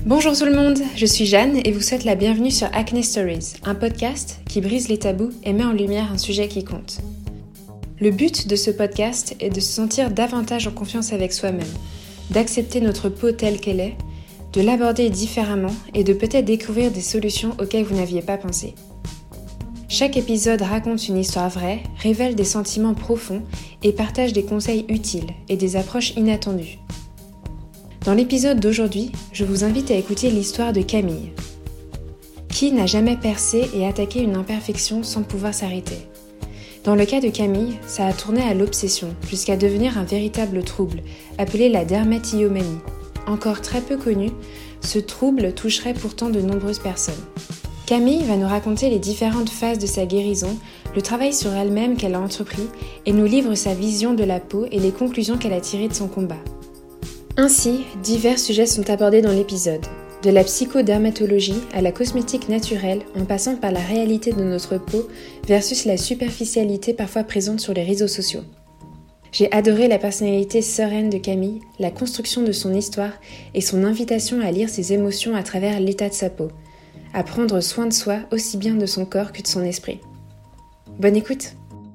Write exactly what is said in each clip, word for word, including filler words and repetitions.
Bonjour tout le monde, je suis Jeanne et vous souhaite la bienvenue sur Acne Stories, un podcast qui brise les tabous et met en lumière un sujet qui compte. Le but de ce podcast est de se sentir davantage en confiance avec soi-même, d'accepter notre peau telle qu'elle est, de l'aborder différemment et de peut-être découvrir des solutions auxquelles vous n'aviez pas pensé. Chaque épisode raconte une histoire vraie, révèle des sentiments profonds et partage des conseils utiles et des approches inattendues. Dans l'épisode d'aujourd'hui, je vous invite à écouter l'histoire de Camille. Qui n'a jamais percé et attaqué une imperfection sans pouvoir s'arrêter ? Dans le cas de Camille, ça a tourné à l'obsession, jusqu'à devenir un véritable trouble, appelé la dermatillomanie. Encore très peu connu, ce trouble toucherait pourtant de nombreuses personnes. Camille va nous raconter les différentes phases de sa guérison, le travail sur elle-même qu'elle a entrepris et nous livre sa vision de la peau et les conclusions qu'elle a tirées de son combat. Ainsi, divers sujets sont abordés dans l'épisode, de la psychodermatologie à la cosmétique naturelle en passant par la réalité de notre peau versus la superficialité parfois présente sur les réseaux sociaux. J'ai adoré la personnalité sereine de Camille, la construction de son histoire et son invitation à lire ses émotions à travers l'état de sa peau, à prendre soin de soi aussi bien de son corps que de son esprit. Bonne écoute!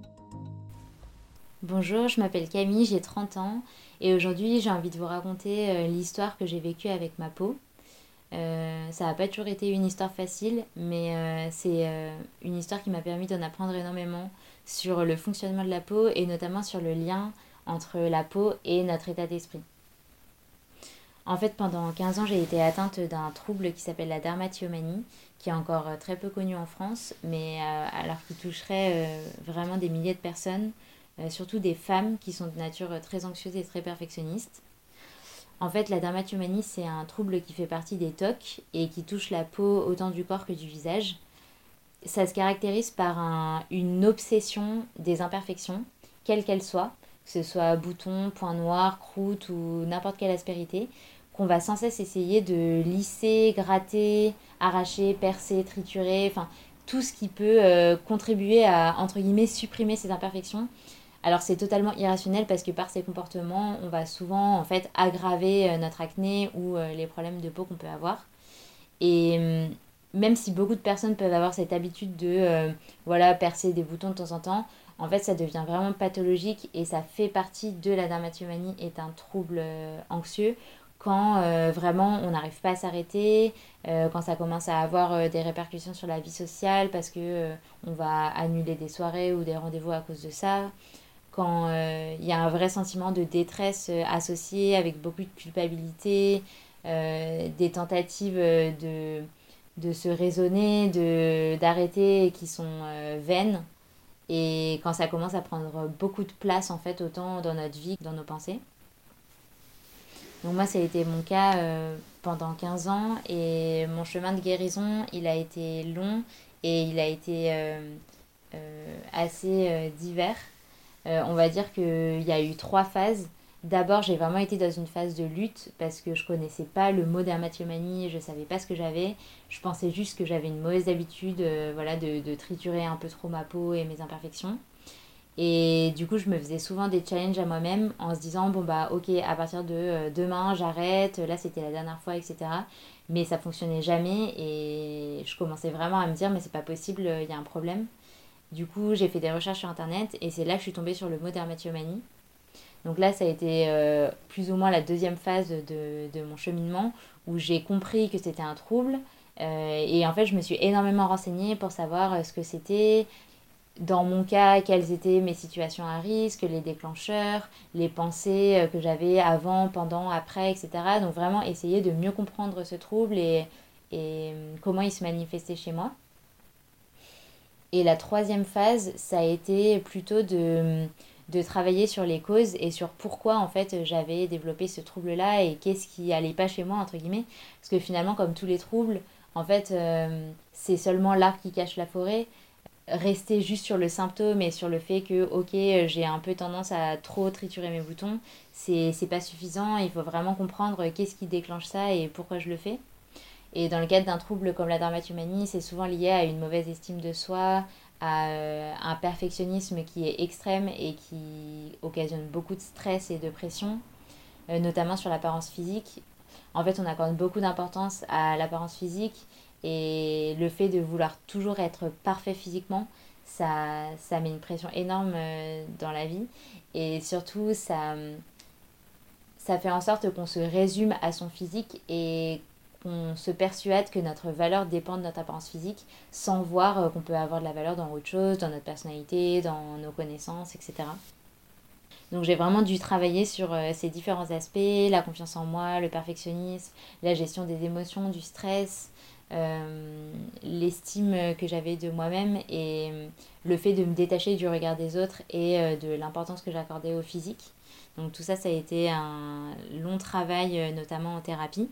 Bonjour, je m'appelle Camille, j'ai trente ans et aujourd'hui j'ai envie de vous raconter euh, l'histoire que j'ai vécue avec ma peau. Euh, ça n'a pas toujours été une histoire facile, mais euh, c'est euh, une histoire qui m'a permis d'en apprendre énormément sur le fonctionnement de la peau et notamment sur le lien entre la peau et notre état d'esprit. En fait, pendant quinze ans, j'ai été atteinte d'un trouble qui s'appelle la dermatillomanie, qui est encore très peu connu en France, mais euh, alors qui toucherait euh, vraiment des milliers de personnes, euh, surtout des femmes qui sont de nature très anxieuses et très perfectionnistes. En fait, la dermatillomanie, c'est un trouble qui fait partie des T O C et qui touche la peau autant du corps que du visage. Ça se caractérise par un, une obsession des imperfections, quelles qu'elles soient, que ce soit boutons, points noirs, croûtes ou n'importe quelle aspérité, qu'on va sans cesse essayer de lisser, gratter, arracher, percer, triturer, enfin tout ce qui peut euh, contribuer à, entre guillemets, supprimer ces imperfections. Alors c'est totalement irrationnel parce que par ces comportements, on va souvent en fait aggraver euh, notre acné ou euh, les problèmes de peau qu'on peut avoir. Et euh, même si beaucoup de personnes peuvent avoir cette habitude de euh, voilà, percer des boutons de temps en temps, en fait ça devient vraiment pathologique et ça fait partie de la dermatillomanie, est un trouble euh, anxieux quand euh, vraiment on n'arrive pas à s'arrêter, euh, quand ça commence à avoir euh, des répercussions sur la vie sociale parce que euh, on va annuler des soirées ou des rendez-vous à cause de ça, quand il euh, y a un vrai sentiment de détresse euh, associé avec beaucoup de culpabilité, euh, des tentatives euh, de, de se raisonner, de, d'arrêter qui sont euh, vaines, et quand ça commence à prendre beaucoup de place en fait autant dans notre vie que dans nos pensées. Donc moi ça a été mon cas euh, pendant quinze ans et mon chemin de guérison il a été long et il a été euh, euh, assez euh, divers. Euh, on va dire qu'il y a eu trois phases. D'abord, j'ai vraiment été dans une phase de lutte parce que je connaissais pas le mot dermatillomanie, je savais pas ce que j'avais. Je pensais juste que j'avais une mauvaise habitude euh, voilà, de, de triturer un peu trop ma peau et mes imperfections. Et du coup, je me faisais souvent des challenges à moi-même en se disant, bon bah ok, à partir de euh, demain, j'arrête, là c'était la dernière fois, et cetera. Mais ça fonctionnait jamais et je commençais vraiment à me dire, mais c'est pas possible, il y a un problème. Du coup, j'ai fait des recherches sur internet et c'est là que je suis tombée sur le mot dermatillomanie. Donc là, ça a été euh, plus ou moins la deuxième phase de, de mon cheminement où j'ai compris que c'était un trouble. Euh, et en fait, je me suis énormément renseignée pour savoir ce que c'était. Dans mon cas, quelles étaient mes situations à risque, les déclencheurs, les pensées que j'avais avant, pendant, après, et cetera. Donc vraiment essayer de mieux comprendre ce trouble et, et comment il se manifestait chez moi. Et la troisième phase, ça a été plutôt de, de travailler sur les causes et sur pourquoi en fait j'avais développé ce trouble-là et qu'est-ce qui allait pas chez moi, entre guillemets. Parce que finalement, comme tous les troubles, en fait, euh, c'est seulement l'arbre qui cache la forêt. Rester juste sur le symptôme et sur le fait que, ok, j'ai un peu tendance à trop triturer mes boutons, c'est, c'est pas suffisant. Il faut vraiment comprendre qu'est-ce qui déclenche ça et pourquoi je le fais. Et dans le cadre d'un trouble comme la dermatillomanie, c'est souvent lié à une mauvaise estime de soi, à euh, un perfectionnisme qui est extrême et qui occasionne beaucoup de stress et de pression, euh, notamment sur l'apparence physique. En fait, on accorde beaucoup d'importance à l'apparence physique et le fait de vouloir toujours être parfait physiquement, ça, ça met une pression énorme euh, dans la vie. Et surtout, ça, ça fait en sorte qu'on se résume à son physique et qu'on se persuade que notre valeur dépend de notre apparence physique sans voir euh, qu'on peut avoir de la valeur dans autre chose, dans notre personnalité, dans nos connaissances, et cetera. Donc j'ai vraiment dû travailler sur euh, ces différents aspects, la confiance en moi, le perfectionnisme, la gestion des émotions, du stress, euh, l'estime que j'avais de moi-même et euh, le fait de me détacher du regard des autres et euh, de l'importance que j'accordais au physique. Donc tout ça, ça a été un long travail, euh, notamment en thérapie.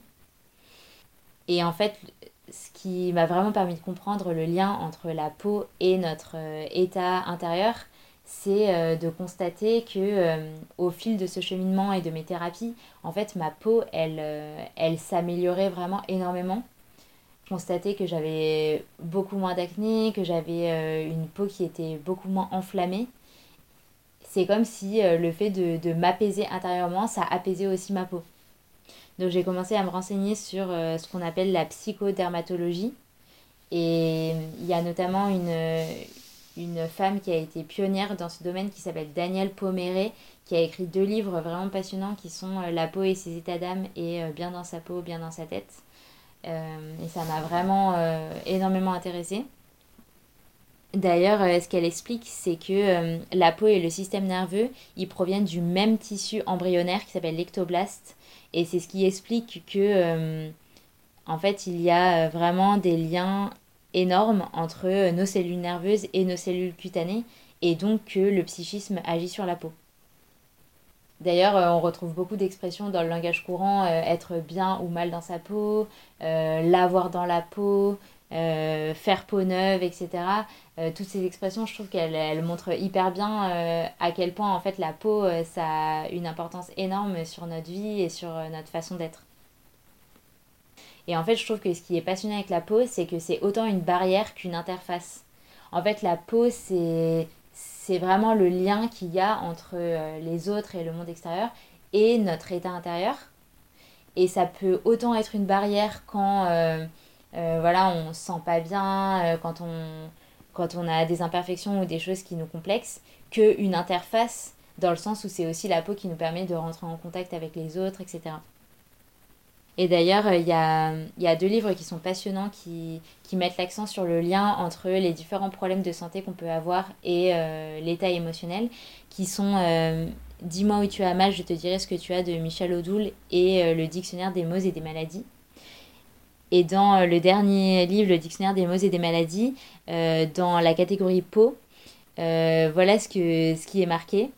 Et en fait, ce qui m'a vraiment permis de comprendre le lien entre la peau et notre euh, état intérieur, c'est euh, de constater que euh, au fil de ce cheminement et de mes thérapies, en fait, ma peau, elle, euh, elle s'améliorait vraiment énormément. Je constatais que j'avais beaucoup moins d'acné, que j'avais euh, une peau qui était beaucoup moins enflammée. C'est comme si euh, le fait de, de m'apaiser intérieurement, ça apaisait aussi ma peau. Donc j'ai commencé à me renseigner sur euh, ce qu'on appelle la psychodermatologie. Et il y a notamment une, une femme qui a été pionnière dans ce domaine qui s'appelle Danielle Pommeret, qui a écrit deux livres vraiment passionnants qui sont euh, La peau et ses états d'âme et euh, Bien dans sa peau, bien dans sa tête. Euh, et ça m'a vraiment euh, énormément intéressée. D'ailleurs, euh, ce qu'elle explique, c'est que euh, la peau et le système nerveux, ils proviennent du même tissu embryonnaire qui s'appelle l'ectoblaste. Et c'est ce qui explique que, euh, en fait, il y a euh, vraiment des liens énormes entre euh, nos cellules nerveuses et nos cellules cutanées, et donc que le psychisme agit sur la peau. D'ailleurs, euh, on retrouve beaucoup d'expressions dans le langage courant, euh, être bien ou mal dans sa peau, euh, l'avoir dans la peau, euh, faire peau neuve, et cetera. Euh, toutes ces expressions, je trouve qu'elles elles montrent hyper bien euh, à quel point en fait la peau, euh, ça a une importance énorme sur notre vie et sur euh, notre façon d'être. Et en fait, je trouve que ce qui est passionnant avec la peau, c'est que c'est autant une barrière qu'une interface. En fait, la peau, c'est, c'est vraiment le lien qu'il y a entre euh, les autres et le monde extérieur et notre état intérieur. Et ça peut autant être une barrière quand euh, euh, voilà, on se sent pas bien, euh, quand, on, quand on a des imperfections ou des choses qui nous complexent, qu'une interface dans le sens où c'est aussi la peau qui nous permet de rentrer en contact avec les autres, et cetera. Et d'ailleurs, il y a, il y a deux livres qui sont passionnants, qui, qui mettent l'accent sur le lien entre les différents problèmes de santé qu'on peut avoir et euh, l'état émotionnel, qui sont euh, Dis-moi où tu as mal, je te dirai ce que tu as de Michel Odoul et euh, le dictionnaire des mots et des maladies. Et dans euh, le dernier livre, le dictionnaire des mots et des maladies, euh, dans la catégorie peau, euh, voilà ce, que, ce qui est marqué.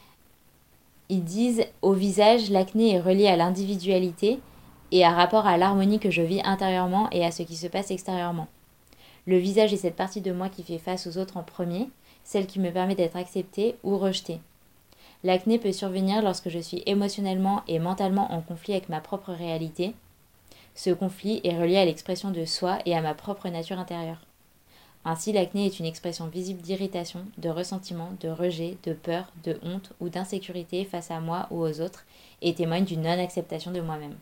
Ils disent au visage, l'acné est relié à l'individualité et à rapport à l'harmonie que je vis intérieurement et à ce qui se passe extérieurement. Le visage est cette partie de moi qui fait face aux autres en premier, celle qui me permet d'être acceptée ou rejetée. L'acné peut survenir lorsque je suis émotionnellement et mentalement en conflit avec ma propre réalité. Ce conflit est relié à l'expression de soi et à ma propre nature intérieure. Ainsi, l'acné est une expression visible d'irritation, de ressentiment, de rejet, de peur, de honte ou d'insécurité face à moi ou aux autres et témoigne d'une non-acceptation de moi-même.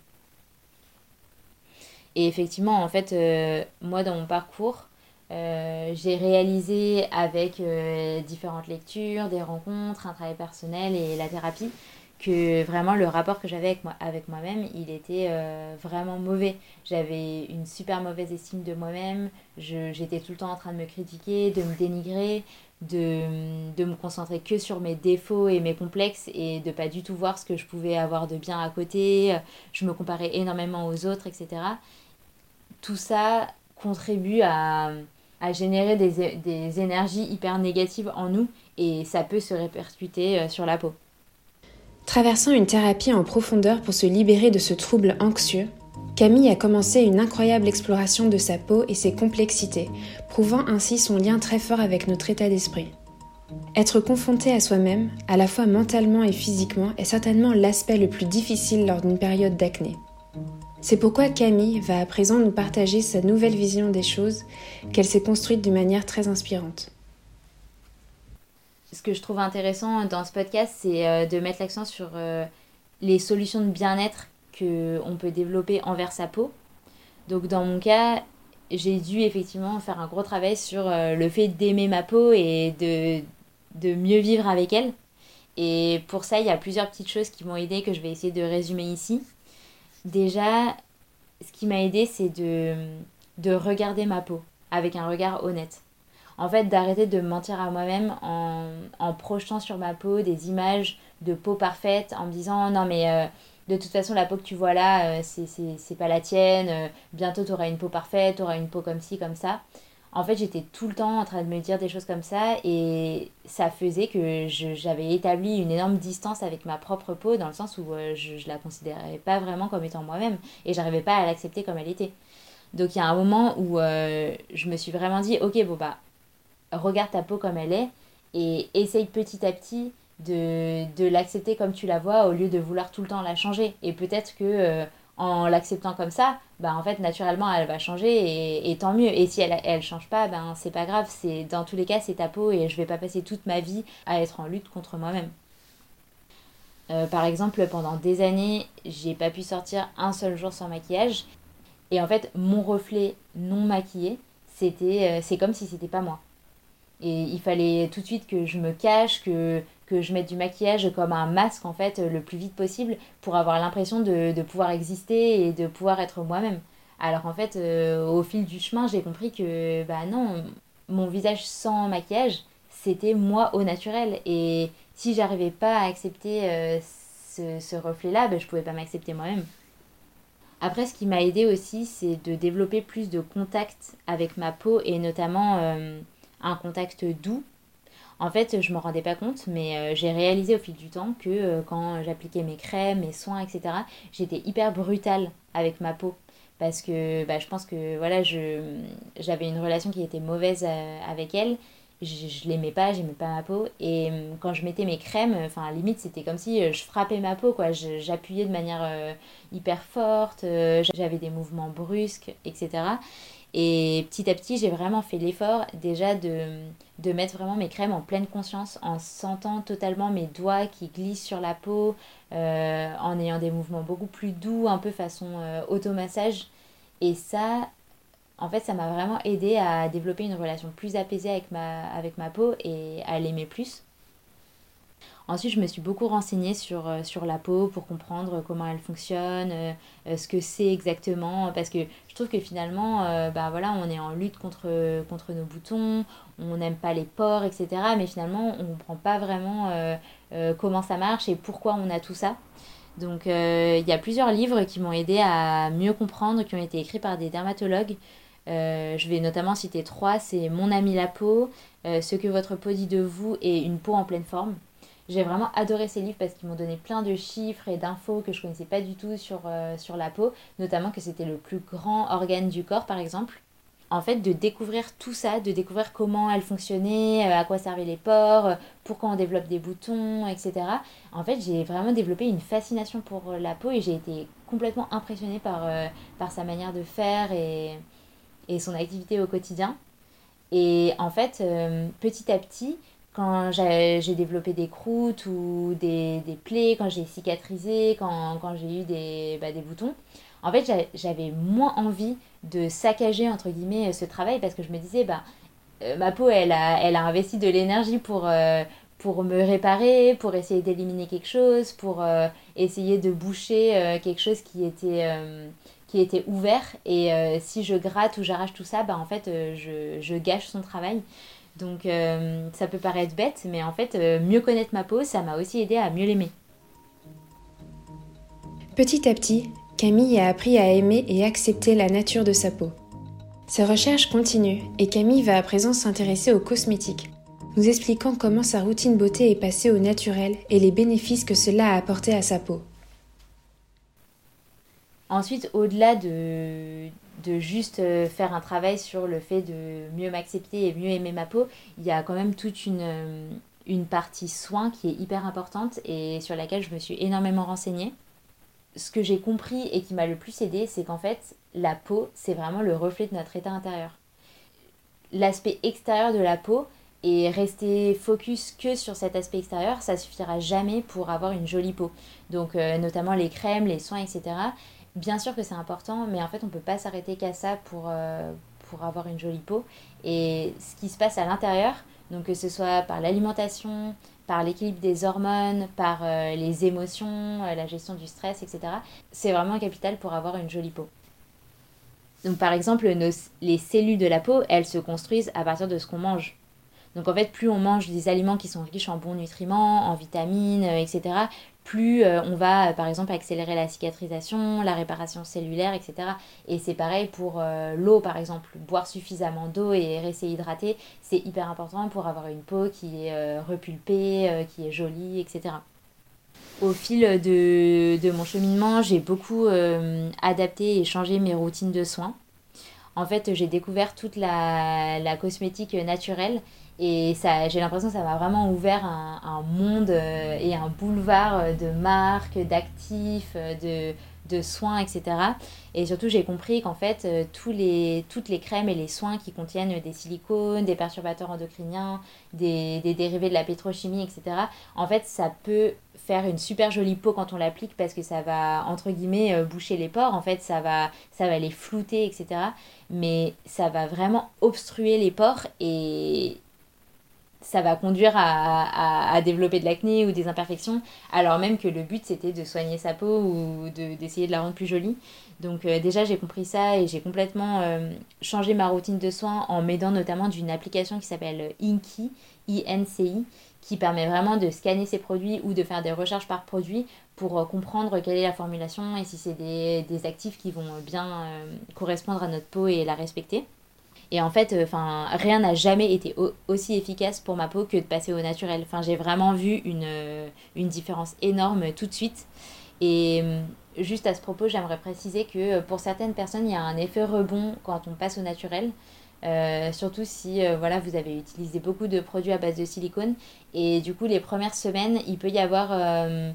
Et effectivement, en fait, euh, moi, dans mon parcours, euh, j'ai réalisé avec euh, différentes lectures, des rencontres, un travail personnel et la thérapie, que vraiment le rapport que j'avais avec, moi, avec moi-même, il était euh, vraiment mauvais. J'avais une super mauvaise estime de moi-même, je, j'étais tout le temps en train de me critiquer, de me dénigrer, de, de me concentrer que sur mes défauts et mes complexes et de pas du tout voir ce que je pouvais avoir de bien à côté. Je me comparais énormément aux autres, et cetera. Tout ça contribue à, à générer des, des énergies hyper négatives en nous et ça peut se répercuter sur la peau. Traversant une thérapie en profondeur pour se libérer de ce trouble anxieux, Camille a commencé une incroyable exploration de sa peau et ses complexités, prouvant ainsi son lien très fort avec notre état d'esprit. Être confronté à soi-même, à la fois mentalement et physiquement, est certainement l'aspect le plus difficile lors d'une période d'acné. C'est pourquoi Camille va à présent nous partager sa nouvelle vision des choses qu'elle s'est construite d'une manière très inspirante. Ce que je trouve intéressant dans ce podcast, c'est de mettre l'accent sur les solutions de bien-être qu'on peut développer envers sa peau. Donc dans mon cas, j'ai dû effectivement faire un gros travail sur euh, le fait d'aimer ma peau et de, de mieux vivre avec elle. Et pour ça, il y a plusieurs petites choses qui m'ont aidé que je vais essayer de résumer ici. Déjà, ce qui m'a aidé, c'est de, de regarder ma peau avec un regard honnête. En fait, d'arrêter de me mentir à moi-même en, en projetant sur ma peau des images de peau parfaite, en me disant non mais euh, de toute façon la peau que tu vois là, euh, c'est, c'est, c'est pas la tienne, euh, bientôt tu auras une peau parfaite, tu auras une peau comme ci, comme ça. En fait, j'étais tout le temps en train de me dire des choses comme ça et ça faisait que je, j'avais établi une énorme distance avec ma propre peau dans le sens où euh, je, je la considérais pas vraiment comme étant moi-même et j'arrivais pas à l'accepter comme elle était. Donc il y a un moment où euh, je me suis vraiment dit ok bon bah regarde ta peau comme elle est et essaye petit à petit de, de l'accepter comme tu la vois au lieu de vouloir tout le temps la changer. Et peut-être que euh, en l'acceptant comme ça, bah en fait naturellement elle va changer et, et tant mieux. Et si elle elle change pas, ben c'est pas grave. C'est dans tous les cas c'est ta peau et je vais pas passer toute ma vie à être en lutte contre moi-même. Euh, par exemple, pendant des années, j'ai pas pu sortir un seul jour sans maquillage. Et en fait, mon reflet non maquillé, c'était, euh, c'est comme si c'était pas moi. Et il fallait tout de suite que je me cache, que, que je mette du maquillage comme un masque en fait le plus vite possible pour avoir l'impression de, de pouvoir exister et de pouvoir être moi-même. Alors en fait, euh, au fil du chemin, j'ai compris que bah non, mon visage sans maquillage, c'était moi au naturel. Et si j'arrivais pas à accepter euh, ce, ce reflet-là, bah, je pouvais pas m'accepter moi-même. Après, ce qui m'a aidé aussi, c'est de développer plus de contact avec ma peau et notamment euh, un contact doux. En fait, je ne me rendais pas compte, mais euh, j'ai réalisé au fil du temps que euh, quand j'appliquais mes crèmes, mes soins, et cetera, j'étais hyper brutale avec ma peau. Parce que bah, je pense que voilà, je, j'avais une relation qui était mauvaise euh, avec elle. Je, je l'aimais pas, j'aimais pas ma peau. Et euh, quand je mettais mes crèmes, enfin, limite, c'était comme si euh, je frappais ma peau, quoi. Je- j'appuyais de manière euh, hyper forte, euh, j'avais des mouvements brusques, et cetera. Et petit à petit, j'ai vraiment fait l'effort déjà de, de mettre vraiment mes crèmes en pleine conscience, en sentant totalement mes doigts qui glissent sur la peau, euh, en ayant des mouvements beaucoup plus doux, un peu façon euh, automassage. Et ça, en fait, ça m'a vraiment aidé à développer une relation plus apaisée avec ma, avec ma peau et à l'aimer plus. Ensuite, je me suis beaucoup renseignée sur, euh, sur la peau pour comprendre comment elle fonctionne, euh, euh, ce que c'est exactement. Parce que je trouve que finalement, euh, bah voilà, on est en lutte contre, contre nos boutons, on n'aime pas les pores, et cetera. Mais finalement, on ne comprend pas vraiment euh, euh, comment ça marche et pourquoi on a tout ça. Donc, euh, il y a plusieurs livres qui m'ont aidé à mieux comprendre, qui ont été écrits par des dermatologues. Euh, je vais notamment citer trois, c'est Mon ami la peau, euh, Ce que votre peau dit de vous et Une peau en pleine forme. J'ai vraiment adoré ces livres parce qu'ils m'ont donné plein de chiffres et d'infos que je connaissais pas du tout sur, euh, sur la peau, notamment que c'était le plus grand organe du corps par exemple. En fait, de découvrir tout ça, de découvrir comment elle fonctionnait, euh, à quoi servaient les pores, euh, pourquoi on développe des boutons, et cetera. En fait, j'ai vraiment développé une fascination pour euh, la peau et j'ai été complètement impressionnée par, euh, par sa manière de faire et, et son activité au quotidien. Et en fait, euh, petit à petit, quand j'ai, j'ai développé des croûtes ou des, des plaies, quand j'ai cicatrisé, quand, quand j'ai eu des, bah, des boutons, en fait, j'a- j'avais moins envie de saccager, entre guillemets, ce travail parce que je me disais, bah, euh, ma peau, elle a, elle a investi de l'énergie pour, euh, pour me réparer, pour essayer d'éliminer quelque chose, pour euh, essayer de boucher euh, quelque chose qui était, euh, qui était ouvert. Et euh, si je gratte ou j'arrache tout ça, bah, en fait, euh, je, je gâche son travail. Donc euh, ça peut paraître bête, mais en fait, euh, mieux connaître ma peau, ça m'a aussi aidé à mieux l'aimer. Petit à petit, Camille a appris à aimer et accepter la nature de sa peau. Ses recherches continuent et Camille va à présent s'intéresser aux cosmétiques, nous expliquant comment sa routine beauté est passée au naturel et les bénéfices que cela a apporté à sa peau. Ensuite, au-delà de, de juste euh, faire un travail sur le fait de mieux m'accepter et mieux aimer ma peau, il y a quand même toute une, euh, une partie soin qui est hyper importante et sur laquelle je me suis énormément renseignée. Ce que j'ai compris et qui m'a le plus aidé, c'est qu'en fait, la peau, c'est vraiment le reflet de notre état intérieur. L'aspect extérieur de la peau, et rester focus que sur cet aspect extérieur, ça suffira jamais pour avoir une jolie peau. Donc euh, notamment les crèmes, les soins, et cetera. Bien sûr que c'est important, mais en fait on peut pas s'arrêter qu'à ça pour, euh, pour avoir une jolie peau. Et ce qui se passe à l'intérieur, donc que ce soit par l'alimentation, par l'équilibre des hormones, par euh, les émotions, euh, la gestion du stress, et cetera, c'est vraiment capital pour avoir une jolie peau. Donc par exemple, nos, les cellules de la peau, elles se construisent à partir de ce qu'on mange. Donc en fait, plus on mange des aliments qui sont riches en bons nutriments, en vitamines, euh, et cetera, plus euh, on va, euh, par exemple, accélérer la cicatrisation, la réparation cellulaire, et cetera. Et c'est pareil pour euh, l'eau, par exemple. Boire suffisamment d'eau et rester hydraté, c'est hyper important pour avoir une peau qui est euh, repulpée, euh, qui est jolie, et cetera. Au fil de, de mon cheminement, j'ai beaucoup euh, adapté et changé mes routines de soins. En fait, j'ai découvert toute la, la cosmétique naturelle et ça, j'ai l'impression que ça m'a vraiment ouvert un, un monde euh, et un boulevard de marques, d'actifs, de, de soins, et cetera. Et surtout, j'ai compris qu'en fait, euh, tous les, toutes les crèmes et les soins qui contiennent des silicones, des perturbateurs endocriniens, des, des dérivés de la pétrochimie, et cetera, en fait, ça peut faire une super jolie peau quand on l'applique parce que ça va, entre guillemets, euh, boucher les pores. En fait, ça va, ça va les flouter, et cetera. Mais ça va vraiment obstruer les pores et ça va conduire à, à, à développer de l'acné ou des imperfections, alors même que le but c'était de soigner sa peau ou de, d'essayer de la rendre plus jolie. Donc euh, déjà j'ai compris ça et j'ai complètement euh, changé ma routine de soins en m'aidant notamment d'une application qui s'appelle Inki, I N C I, qui permet vraiment de scanner ses produits ou de faire des recherches par produit pour euh, comprendre quelle est la formulation et si c'est des, des actifs qui vont bien euh, correspondre à notre peau et la respecter. Et en fait, enfin, euh, rien n'a jamais été au- aussi efficace pour ma peau que de passer au naturel. Enfin, j'ai vraiment vu une, euh, une différence énorme tout de suite. Et euh, juste à ce propos, j'aimerais préciser que euh, pour certaines personnes, il y a un effet rebond quand on passe au naturel. Euh, surtout si euh, voilà, vous avez utilisé beaucoup de produits à base de silicone. Et du coup, les premières semaines, il peut y avoir... euh,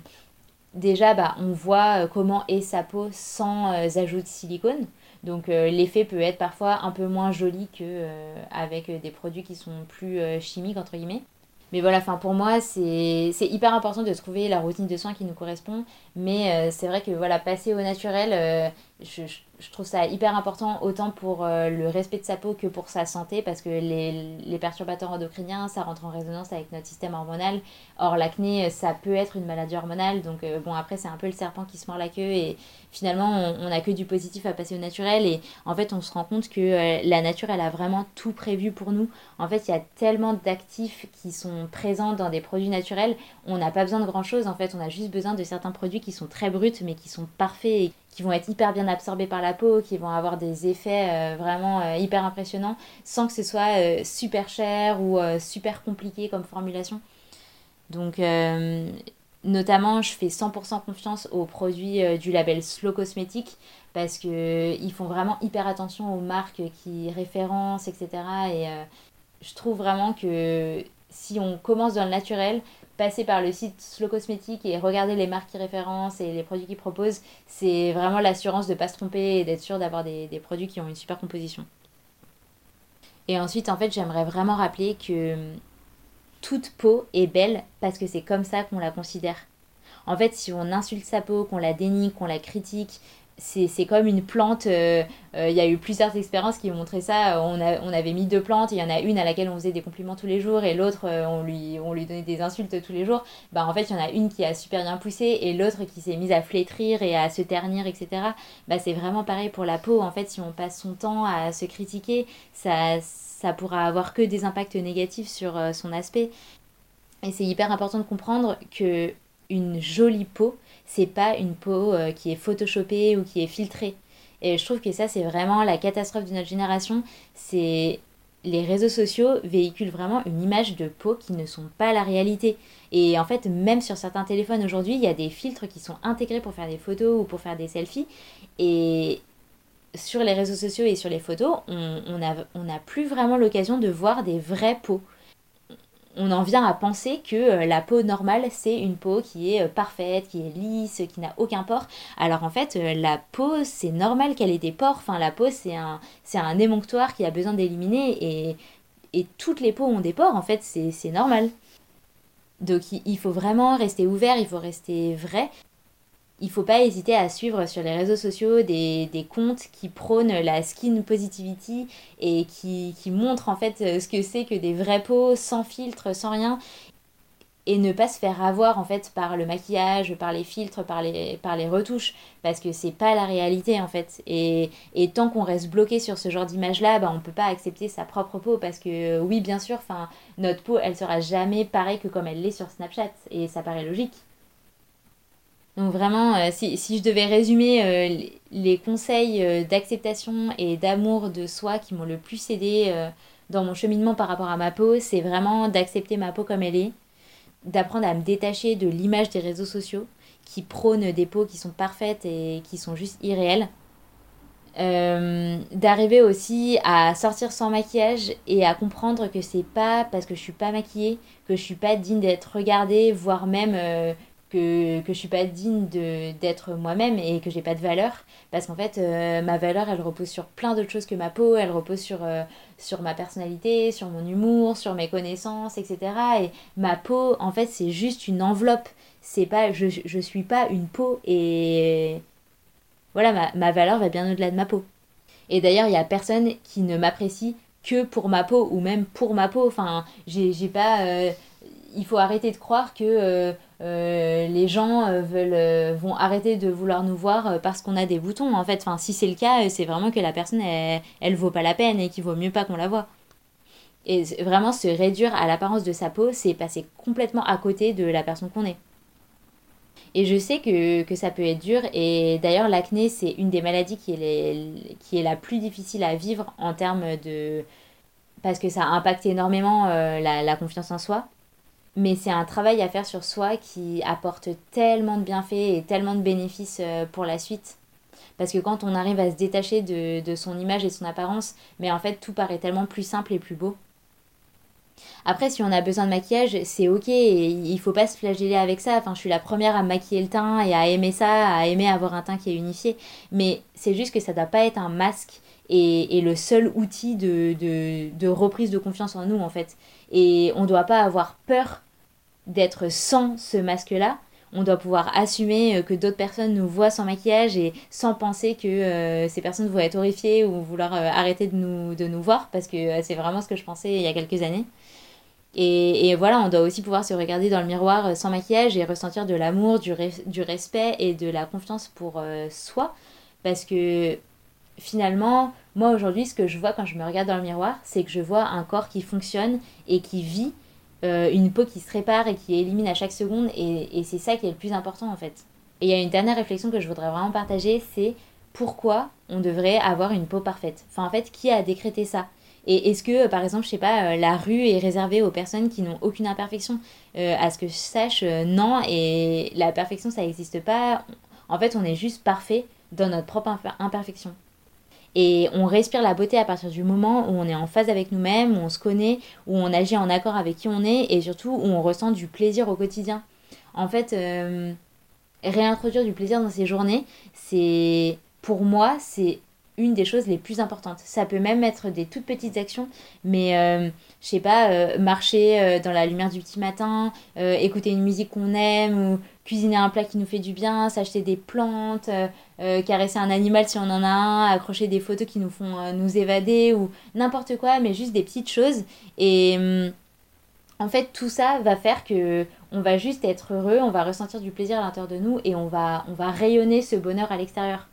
déjà, bah, on voit euh, comment est sa peau sans euh, ajout de silicone. Donc euh, l'effet peut être parfois un peu moins joli que euh, avec euh, des produits qui sont plus euh, chimiques entre guillemets. Mais voilà, enfin pour moi c'est c'est hyper important de trouver la routine de soins qui nous correspond. Mais euh, c'est vrai que voilà, passer au naturel, euh, je, je- je trouve ça hyper important autant pour euh, le respect de sa peau que pour sa santé parce que les, les perturbateurs endocriniens ça rentre en résonance avec notre système hormonal. Or l'acné ça peut être une maladie hormonale donc euh, bon après c'est un peu le serpent qui se mord la queue et finalement on on n'a que du positif à passer au naturel et en fait on se rend compte que euh, la nature elle a vraiment tout prévu pour nous. En fait il y a tellement d'actifs qui sont présents dans des produits naturels, on n'a pas besoin de grand chose en fait, on a juste besoin de certains produits qui sont très bruts mais qui sont parfaits et qui vont être hyper bien absorbés par la peau, qui vont avoir des effets euh, vraiment euh, hyper impressionnants sans que ce soit euh, super cher ou euh, super compliqué comme formulation. Donc, euh, notamment, je fais cent pour cent confiance aux produits euh, du label Slow Cosmétique parce qu'ils font vraiment hyper attention aux marques qui référencent, et cetera. Et euh, je trouve vraiment que si on commence dans le naturel, passer par le site Slow Cosmétique et regarder les marques qui référencent et les produits qu'ils proposent, c'est vraiment l'assurance de ne pas se tromper et d'être sûr d'avoir des, des produits qui ont une super composition. Et ensuite, en fait, j'aimerais vraiment rappeler que toute peau est belle parce que c'est comme ça qu'on la considère. En fait, si on insulte sa peau, qu'on la dénigre, qu'on la critique, c'est, c'est comme une plante. euh, euh, Il y a eu plusieurs expériences qui ont montré ça. On, a- on avait mis deux plantes, il y en a une à laquelle on faisait des compliments tous les jours et l'autre, euh, on lui, on lui donnait des insultes tous les jours. Bah, en fait, il y en a une qui a super bien poussé et l'autre qui s'est mise à flétrir et à se ternir, et cetera. Bah, c'est vraiment pareil pour la peau. En fait, si on passe son temps à se critiquer, ça, ça pourra avoir que des impacts négatifs sur euh, son aspect. Et c'est hyper important de comprendre que une jolie peau, c'est pas une peau euh, qui est photoshopée ou qui est filtrée. Et je trouve que ça, c'est vraiment la catastrophe de notre génération. C'est les réseaux sociaux véhiculent vraiment une image de peau qui ne sont pas la réalité. Et en fait, même sur certains téléphones aujourd'hui, il y a des filtres qui sont intégrés pour faire des photos ou pour faire des selfies. Et sur les réseaux sociaux et sur les photos, on on a, on n'a plus vraiment l'occasion de voir des vraies peaux. On en vient à penser que euh, la peau normale, c'est une peau qui est euh, parfaite, qui est lisse, qui n'a aucun pore. Alors en fait, euh, la peau, c'est normal qu'elle ait des pores. Enfin, la peau, c'est un, c'est un émonctoire qui a besoin d'éliminer. Et, et toutes les peaux ont des pores, en fait, c'est, c'est normal. Donc il faut vraiment rester ouvert, il faut rester vrai. Il ne faut pas hésiter à suivre sur les réseaux sociaux des, des comptes qui prônent la skin positivity et qui, qui montrent en fait ce que c'est que des vraies peaux, sans filtre, sans rien. Et ne pas se faire avoir en fait par le maquillage, par les filtres, par les, par les retouches, parce que c'est pas la réalité en fait. Et, et tant qu'on reste bloqué sur ce genre d'image-là, bah, on peut pas accepter sa propre peau, parce que oui, bien sûr, notre peau, elle sera jamais pareille que comme elle l'est sur Snapchat, et ça paraît logique. Donc vraiment, euh, si, si je devais résumer euh, les conseils euh, d'acceptation et d'amour de soi qui m'ont le plus aidé euh, dans mon cheminement par rapport à ma peau, c'est vraiment d'accepter ma peau comme elle est, d'apprendre à me détacher de l'image des réseaux sociaux qui prônent des peaux qui sont parfaites et qui sont juste irréelles. Euh, d'arriver aussi à sortir sans maquillage et à comprendre que c'est pas parce que je suis pas maquillée que je suis pas digne d'être regardée, voire même euh, que, que je suis pas digne de, d'être moi-même et que j'ai pas de valeur, parce qu'en fait euh, ma valeur elle repose sur plein d'autres choses que ma peau, elle repose sur, euh, sur ma personnalité, sur mon humour, sur mes connaissances, etc. Et ma peau en fait c'est juste une enveloppe, c'est pas, je, je suis pas une peau, et voilà, ma, ma valeur va bien au-delà de ma peau. Et d'ailleurs, il y a personne qui ne m'apprécie que pour ma peau, ou même pour ma peau. Enfin, j'ai, j'ai pas... euh, il faut arrêter de croire que euh, euh, les gens euh, veulent, euh, vont arrêter de vouloir nous voir euh, parce qu'on a des boutons. En fait, enfin, si c'est le cas, euh, c'est vraiment que la personne, elle, elle vaut pas la peine et qu'il vaut mieux pas qu'on la voie. Et vraiment, se réduire à l'apparence de sa peau, c'est passer complètement à côté de la personne qu'on est. Et je sais que, que ça peut être dur. Et d'ailleurs, l'acné, c'est une des maladies qui est, les- qui est la plus difficile à vivre en termes de... Parce que ça impacte énormément euh, la, la confiance en soi. Mais c'est un travail à faire sur soi qui apporte tellement de bienfaits et tellement de bénéfices euh, pour la suite. Parce que quand on arrive à se détacher de, de son image et de son apparence, mais en fait, tout paraît tellement plus simple et plus beau. Après, si on a besoin de maquillage, c'est ok, et il faut pas se flageller avec ça. Enfin, je suis la première à me maquiller le teint et à aimer ça, à aimer avoir un teint qui est unifié. Mais c'est juste que ça doit pas être un masque et, et le seul outil de, de, de reprise de confiance en nous, en fait. Et on doit pas avoir peur d'être sans ce masque-là. On doit pouvoir assumer euh, que d'autres personnes nous voient sans maquillage et sans penser que euh, ces personnes vont être horrifiées ou vouloir euh, arrêter de nous, de nous voir, parce que euh, c'est vraiment ce que je pensais il y a quelques années. Et, et voilà, on doit aussi pouvoir se regarder dans le miroir euh, sans maquillage et ressentir de l'amour, du, re- du respect et de la confiance pour euh, soi. Parce que finalement, moi aujourd'hui, ce que je vois quand je me regarde dans le miroir, c'est que je vois un corps qui fonctionne et qui vit, euh, une peau qui se répare et qui élimine à chaque seconde. Et, et c'est ça qui est le plus important en fait. Et il y a une dernière réflexion que je voudrais vraiment partager, c'est pourquoi on devrait avoir une peau parfaite. Enfin en fait, qui a décrété ça? Et est-ce que, par exemple, je sais pas, euh, la rue est réservée aux personnes qui n'ont aucune imperfection? Euh, à ce que je sache, euh, non. Et la perfection, ça n'existe pas. En fait, on est juste parfait dans notre propre imper- imperfection. Et on respire la beauté à partir du moment où on est en phase avec nous-mêmes, où on se connaît, où on agit en accord avec qui on est, et surtout où on ressent du plaisir au quotidien. En fait, euh, réintroduire du plaisir dans ses journées, c'est, pour moi, c'est une des choses les plus importantes. Ça peut même être des toutes petites actions, mais euh, je sais pas, euh, marcher euh, dans la lumière du petit matin, euh, écouter une musique qu'on aime, ou cuisiner un plat qui nous fait du bien, s'acheter des plantes, euh, euh, caresser un animal si on en a un, accrocher des photos qui nous font euh, nous évader, ou n'importe quoi, mais juste des petites choses. Et hum, en fait, tout ça va faire que on va juste être heureux, on va ressentir du plaisir à l'intérieur de nous et on va, on va rayonner ce bonheur à l'extérieur.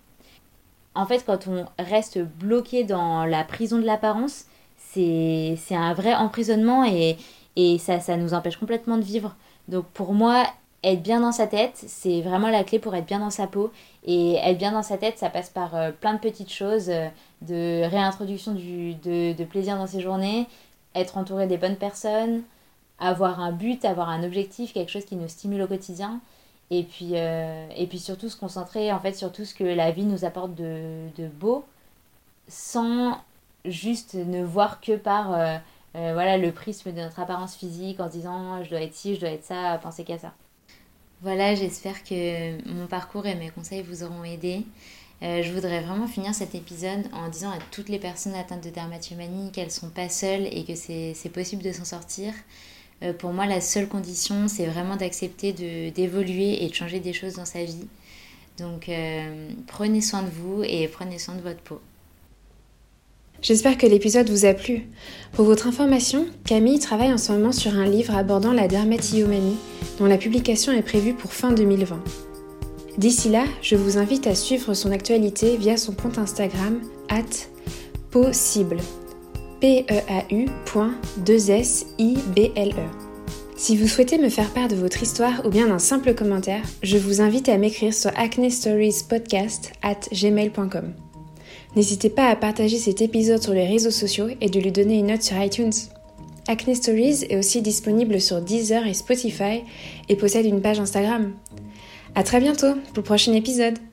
En fait, quand on reste bloqué dans la prison de l'apparence, c'est, c'est un vrai emprisonnement, et, et ça, ça nous empêche complètement de vivre. Donc pour moi, être bien dans sa tête, c'est vraiment la clé pour être bien dans sa peau. Et être bien dans sa tête, ça passe par euh, plein de petites choses, euh, de réintroduction du, de, de plaisir dans ses journées, être entouré des bonnes personnes, avoir un but, avoir un objectif, quelque chose qui nous stimule au quotidien. Et puis, euh, et puis surtout se concentrer en fait sur tout ce que la vie nous apporte de, de beau, sans juste ne voir que par euh, euh, voilà, le prisme de notre apparence physique, en se disant je dois être ci, je dois être ça, penser qu'à ça. Voilà, j'espère que mon parcours et mes conseils vous auront aidé. Euh, je voudrais vraiment finir cet épisode en disant à toutes les personnes atteintes de dermatillomanie qu'elles ne sont pas seules et que c'est, c'est possible de s'en sortir. Euh, pour moi, la seule condition, c'est vraiment d'accepter de, d'évoluer et de changer des choses dans sa vie. Donc, euh, prenez soin de vous et prenez soin de votre peau. J'espère que l'épisode vous a plu. Pour votre information, Camille travaille en ce moment sur un livre abordant la dermatillomanie, dont la publication est prévue pour fin deux mille vingt. D'ici là, je vous invite à suivre son actualité via son compte Instagram arobase peaucible, P E A U point deux S I B L E. Si vous souhaitez me faire part de votre histoire ou bien d'un simple commentaire, je vous invite à m'écrire sur acnestoriespodcast arobase gmail point com. N'hésitez pas à partager cet épisode sur les réseaux sociaux et de lui donner une note sur iTunes. Acne Stories est aussi disponible sur Deezer et Spotify et possède une page Instagram. À très bientôt pour le prochain épisode.